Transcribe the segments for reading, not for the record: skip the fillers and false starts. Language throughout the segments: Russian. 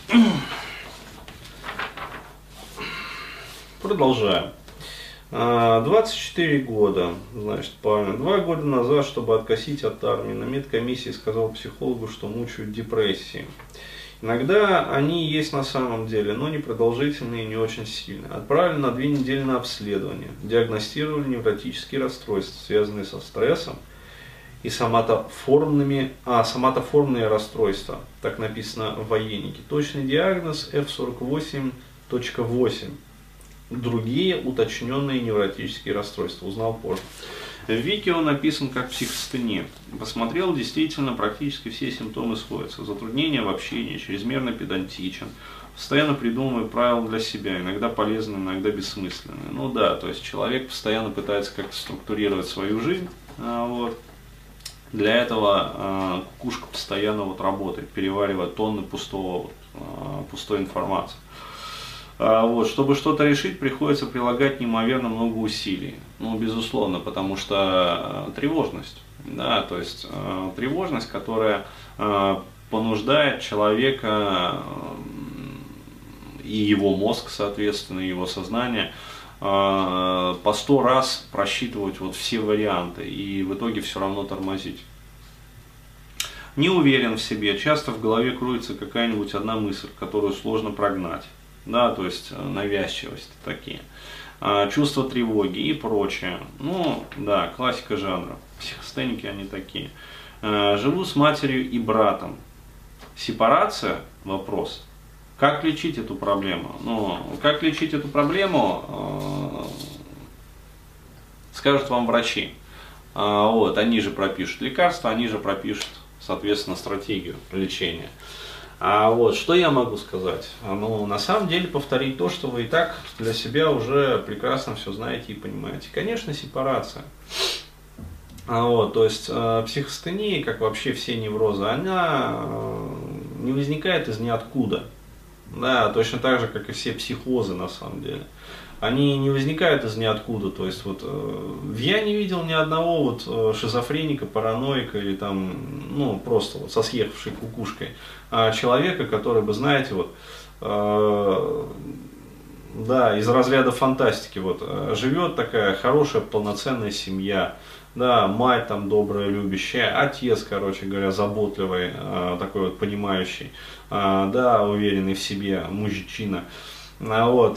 Продолжаем. 24 года, значит, парень. 2 года назад, чтобы откосить от армии, на медкомиссии сказал психологу, что мучают депрессии. Иногда они есть на самом деле, но не продолжительные и не очень сильные. Отправили на 2 недели на обследование. Диагностировали невротические расстройства, связанные со стрессом и соматоформные расстройства. Так написано в военнике. Точный диагноз F48.8. Другие уточненные невротические расстройства. Узнал позже. В Вики он написан как психостения. Посмотрел, действительно, практически все симптомы сходятся. Затруднения в общении, чрезмерно педантичен, постоянно придумывает правила для себя, иногда полезные, иногда бессмысленные. Ну да, то есть человек постоянно пытается как-то структурировать свою жизнь. Вот. Для этого кукушка постоянно вот работает, переваривая тонны пустой информации. Вот, чтобы что-то решить, приходится прилагать неимоверно много усилий. Ну, безусловно, потому что тревожность. Да, то есть тревожность, которая понуждает человека и его мозг, соответственно, и его сознание по 100 раз просчитывать вот все варианты и в итоге все равно тормозить. Не уверен в себе, часто в голове крутится какая-нибудь одна мысль, которую сложно прогнать. Да, то есть навязчивость такие, чувство тревоги и прочее. Ну, да, классика жанра. Психостеники они такие. Живу с матерью и братом. Сепарация? Вопрос. Как лечить эту проблему? Ну, как лечить эту проблему, скажут вам врачи. Вот, они же пропишут лекарства, они же пропишут, соответственно, стратегию лечения. А вот, что я могу сказать? Ну, на самом деле, повторить то, что вы и так для себя уже прекрасно все знаете и понимаете. Конечно, сепарация. Вот, то есть, психостения, как вообще все неврозы, она не возникает из ниоткуда. Да, точно так же, как и все психозы, на самом деле. Они не возникают из ниоткуда, то есть вот я не видел ни одного вот шизофреника, параноика или там, ну, просто вот со съехавшей кукушкой человека, который бы, знаете, вот, да, из разряда фантастики, вот, живет такая хорошая, полноценная семья, да, мать там добрая, любящая, отец, короче говоря, заботливый, такой вот понимающий, да, уверенный в себе мужчина. Вот,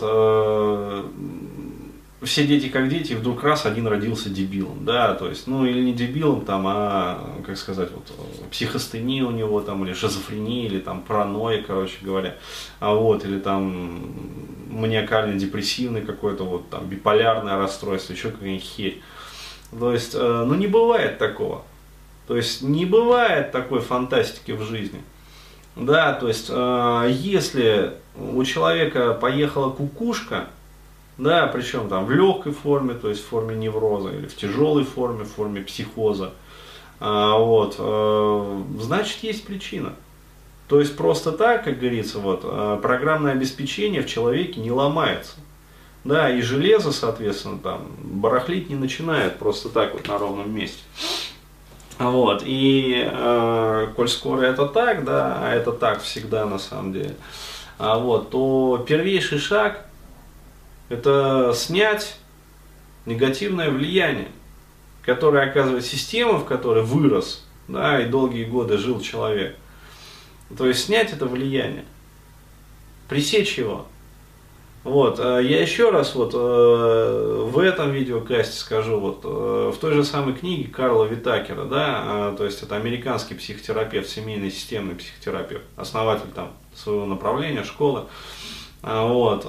все дети как дети, и вдруг раз один родился дебилом, да, то есть, ну, или не дебилом, там, а, как сказать, вот, психостения у него, там, или шизофрения, или там паранойя, короче говоря, вот, или там маниакально-депрессивный какой-то, вот, там, биполярное расстройство, еще какая-нибудь херь. То есть, ну, не бывает такого, то есть, не бывает такой фантастики в жизни. Да, то есть, если у человека поехала кукушка, да, причем там в легкой форме, то есть в форме невроза, или в тяжелой форме, в форме психоза, вот, значит, есть причина. То есть, просто так, как говорится, вот, программное обеспечение в человеке не ломается. Да, и железо, соответственно, там, барахлить не начинает просто так вот на ровном месте. Вот, и коль скоро это так, да, а это так всегда на самом деле, вот, то первейший шаг – это снять негативное влияние, которое оказывает система, в которой вырос, да, и долгие годы жил человек. То есть снять это влияние, пресечь его. Вот, я еще раз вот в этом видеокасте скажу, вот в той же самой книге Карла Витакера, да, то есть это американский психотерапевт, семейный системный психотерапевт, основатель там своего направления, школы, вот,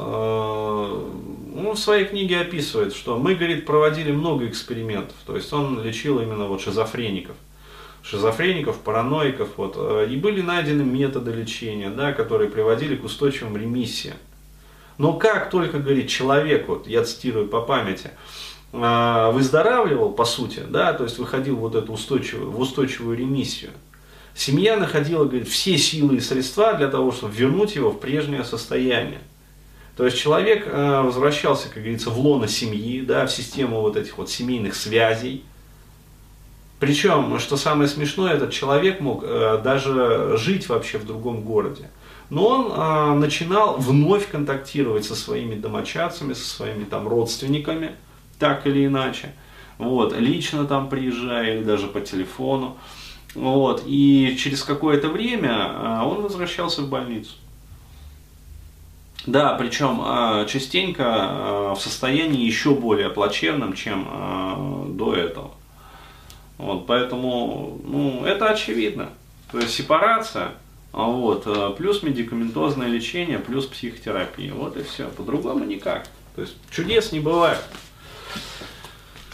он в своей книге описывает, что мы, говорит, проводили много экспериментов, то есть он лечил именно вот шизофреников, параноиков, вот, и были найдены методы лечения, да, которые приводили к устойчивым ремиссиям. Но как только, говорит, человек, вот я цитирую по памяти, выздоравливал, по сути, да, то есть выходил вот эту устойчивую ремиссию, семья находила, говорит, все силы и средства для того, чтобы вернуть его в прежнее состояние. То есть человек возвращался, как говорится, в лоно семьи, да, в систему вот этих вот семейных связей, Причем, что самое смешное, этот человек мог даже жить вообще в другом городе. Но он начинал вновь контактировать со своими домочадцами, со своими там родственниками, так или иначе. Вот, лично там приезжая или даже по телефону. Вот, и через какое-то время он возвращался в больницу. Да, причем частенько в состоянии еще более плачевном, чем до этого. Вот, поэтому, ну, это очевидно. То есть сепарация, вот, плюс медикаментозное лечение, плюс психотерапия. Вот и все. По-другому никак. То есть чудес не бывает.